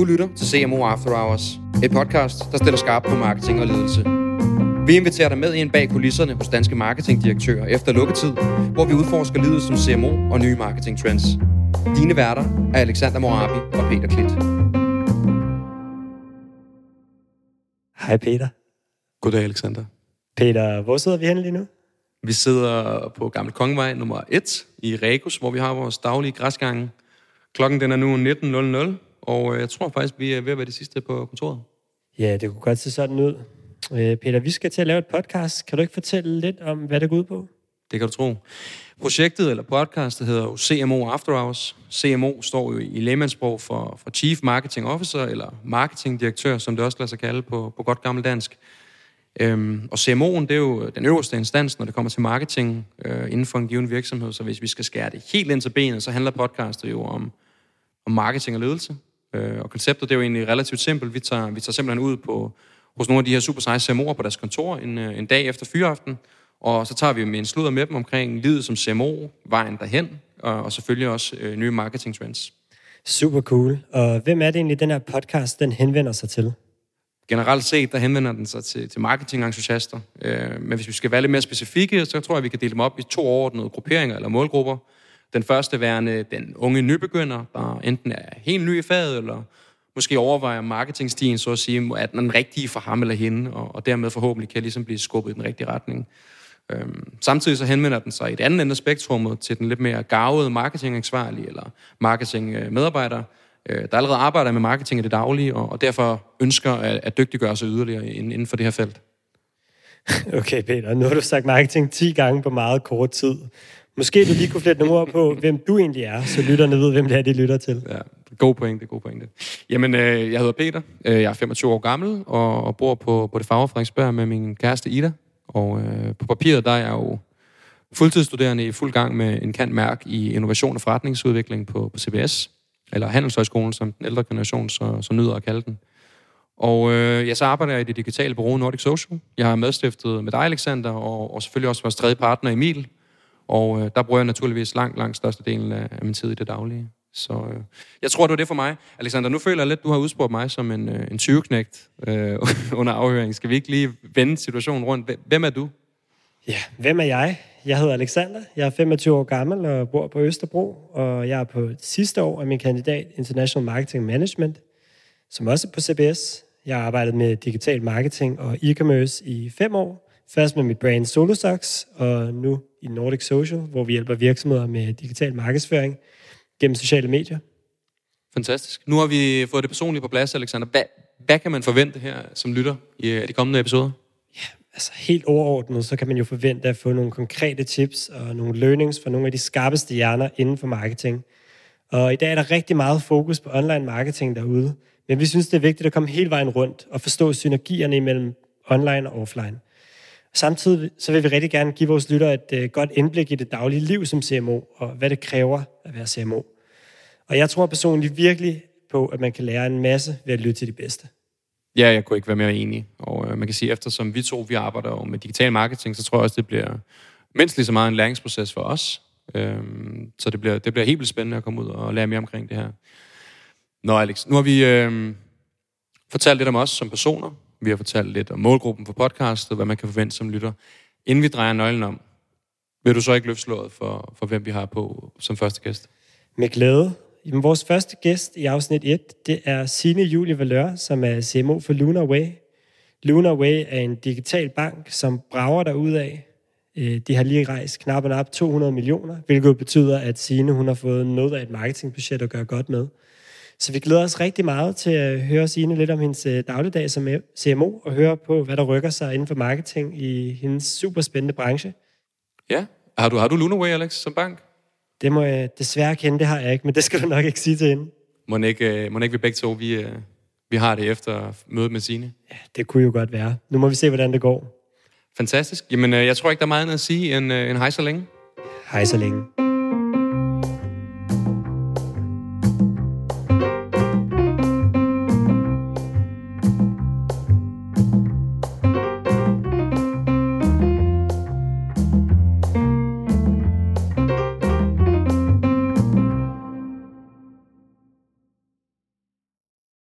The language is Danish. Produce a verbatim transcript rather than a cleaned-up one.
Du lytter til C M O After Hours, et podcast, der stiller skarpt på marketing og ledelse. Vi inviterer dig med ind bag kulisserne hos danske marketingdirektører efter lukketid, hvor vi udforsker livet som C M O og nye marketing trends. Dine værter er Alexander Morabi og Peter Klit. Hej Peter. Goddag Alexander. Peter, hvor sidder vi henne lige nu? Vi sidder på Gammel Kongevej nummer et i Regus, hvor vi har vores daglige græsgange. Klokken den er nu nitten nul nul, og jeg tror faktisk, vi er ved at være det sidste på kontoret. Ja, det kunne godt se sådan ud. Peter, vi skal til at lave et podcast. Kan du ikke fortælle lidt om, hvad det går ud på? Det kan du tro. Projektet eller podcastet hedder jo C M O After Hours. C M O står jo i lægmandssprog for, for Chief Marketing Officer, eller marketingdirektør, som det også lader sig kalde på, på godt gammeldansk. Øhm, og C M O'en, det er jo den øverste instans, når det kommer til marketing øh, inden for en given virksomhed. Så hvis vi skal skære det helt ind til benet, så handler podcastet jo om, om marketing og ledelse. Øh, og konceptet, det er jo egentlig relativt simpelt. Vi tager, vi tager simpelthen ud på, hos nogle af de her super seje C M O'er på deres kontor en, en dag efter fyraften. Og så tager vi med en sludder med dem omkring livet som C M O, vejen derhen, og, og selvfølgelig også øh, nye marketing trends. Super cool. Og hvem er det egentlig, den her podcast, den henvender sig til? Generelt set, der henvender den sig til, til marketingentusiaster. Øh, men hvis vi skal være lidt mere specifikke, så tror jeg, vi kan dele dem op i to overordnede grupperinger eller målgrupper. Den første værende den unge nybegynder, der enten er helt ny i faget, eller måske overvejer marketingstien, så at sige, er den rigtige for ham eller hende, og, og dermed forhåbentlig kan ligesom blive skubbet i den rigtige retning. Øhm, samtidig så henvender den sig i et andet ende af spektrummet til den lidt mere garvede marketingansvarlige eller marketingmedarbejder, øh, der allerede arbejder med marketing i det daglige, og, og derfor ønsker at, at dygtiggøre sig yderligere inden for det her felt. Okay Peter, nu har du sagt marketing ti gange på meget kort tid. Måske du lige kunne flette nogle ord på, hvem du egentlig er, så lytterne ved, hvem det er, de lytter til. Ja, god pointe, god pointe. Jamen, øh, jeg hedder Peter, jeg er femogtyve år gammel, og, og bor på, på det fagre Frederiksberg med min kæreste Ida. Og øh, på papiret, der er jeg jo fuldtidsstuderende i fuld gang med en cand.merc i innovation og forretningsudvikling på, på C B S, eller Handelshøjskolen, som den ældre generation så, så nyder at kalde den. Og øh, jeg så arbejder jeg i det digitale bureau Nordic Social. Jeg har medstiftet med dig, Alexander, og, og selvfølgelig også vores tredje partner, Emil. Og øh, der bruger jeg naturligvis langt, langt størstedelen af, af min tid i det daglige. Så øh, jeg tror, det var det for mig. Alexander, nu føler jeg lidt, du har udspurgt mig som en, øh, en tyveknægt øh, under afhøring. Skal vi ikke lige vende situationen rundt? Hvem er du? Ja, hvem er jeg? Jeg hedder Alexander. Jeg er femogtyve år gammel og bor på Østerbro. Og jeg er på sidste år af min kandidat International Marketing Management, som også er på C B S. Jeg har arbejdet med digital marketing og e-commerce i fem år. Først med mit brand Solosax, og nu i Nordic Social, hvor vi hjælper virksomheder med digital markedsføring gennem sociale medier. Fantastisk. Nu har vi fået det personlige på plads, Alexander. Hvad, hvad kan man forvente her som lytter i de kommende episoder? Ja, altså helt overordnet, så kan man jo forvente at få nogle konkrete tips og nogle learnings fra nogle af de skarpeste hjerner inden for marketing. Og i dag er der rigtig meget fokus på online marketing derude, men vi synes, det er vigtigt at komme hele vejen rundt og forstå synergierne imellem online og offline. Samtidig så vil vi rigtig gerne give vores lyttere et uh, godt indblik i det daglige liv som C M O, og hvad det kræver at være C M O. Og jeg tror personligt virkelig på, at man kan lære en masse ved at lytte til de bedste. Ja, jeg kunne ikke være mere enig. Og øh, man kan sige, at eftersom vi to vi arbejder jo med digital marketing, så tror jeg også, det bliver mindst lige så meget en læringsproces for os. Øhm, så det bliver, det bliver helt vildt spændende at komme ud og lære mere omkring det her. Nå Alex, nu har vi øh, fortalt lidt om os som personer. Vi har fortalt lidt om målgruppen for podcastet, hvad man kan forvente som lytter. Inden vi drejer nøglen om, vil du så ikke løfte sløret for, for hvem vi har på som første gæst? Med glæde. Jamen, vores første gæst i afsnit et, det er Signe Julie Valør, som er C M O for Lunarway. Lunarway er en digital bank, som brager derudad. De har lige rejst knap og nap to hundrede millioner, hvilket betyder, at Signe hun har fået noget af et marketingbudget at gøre godt med. Så vi glæder os rigtig meget til at høre Signe lidt om hendes dagligdag som C M O, og høre på, hvad der rykker sig inden for marketing i hendes super spændende branche. Ja. Har du, har du Lunarway, Alex, som bank? Det må jeg desværre kende, det har jeg ikke, men det skal du nok ikke sige til hende. Må ikke, må ikke vi begge to, vi, vi har det efter mødet med Signe? Ja, det kunne jo godt være. Nu må vi se, hvordan det går. Fantastisk. Jamen, jeg tror ikke, der er meget andet at sige end, end hej så længe. Hej så længe.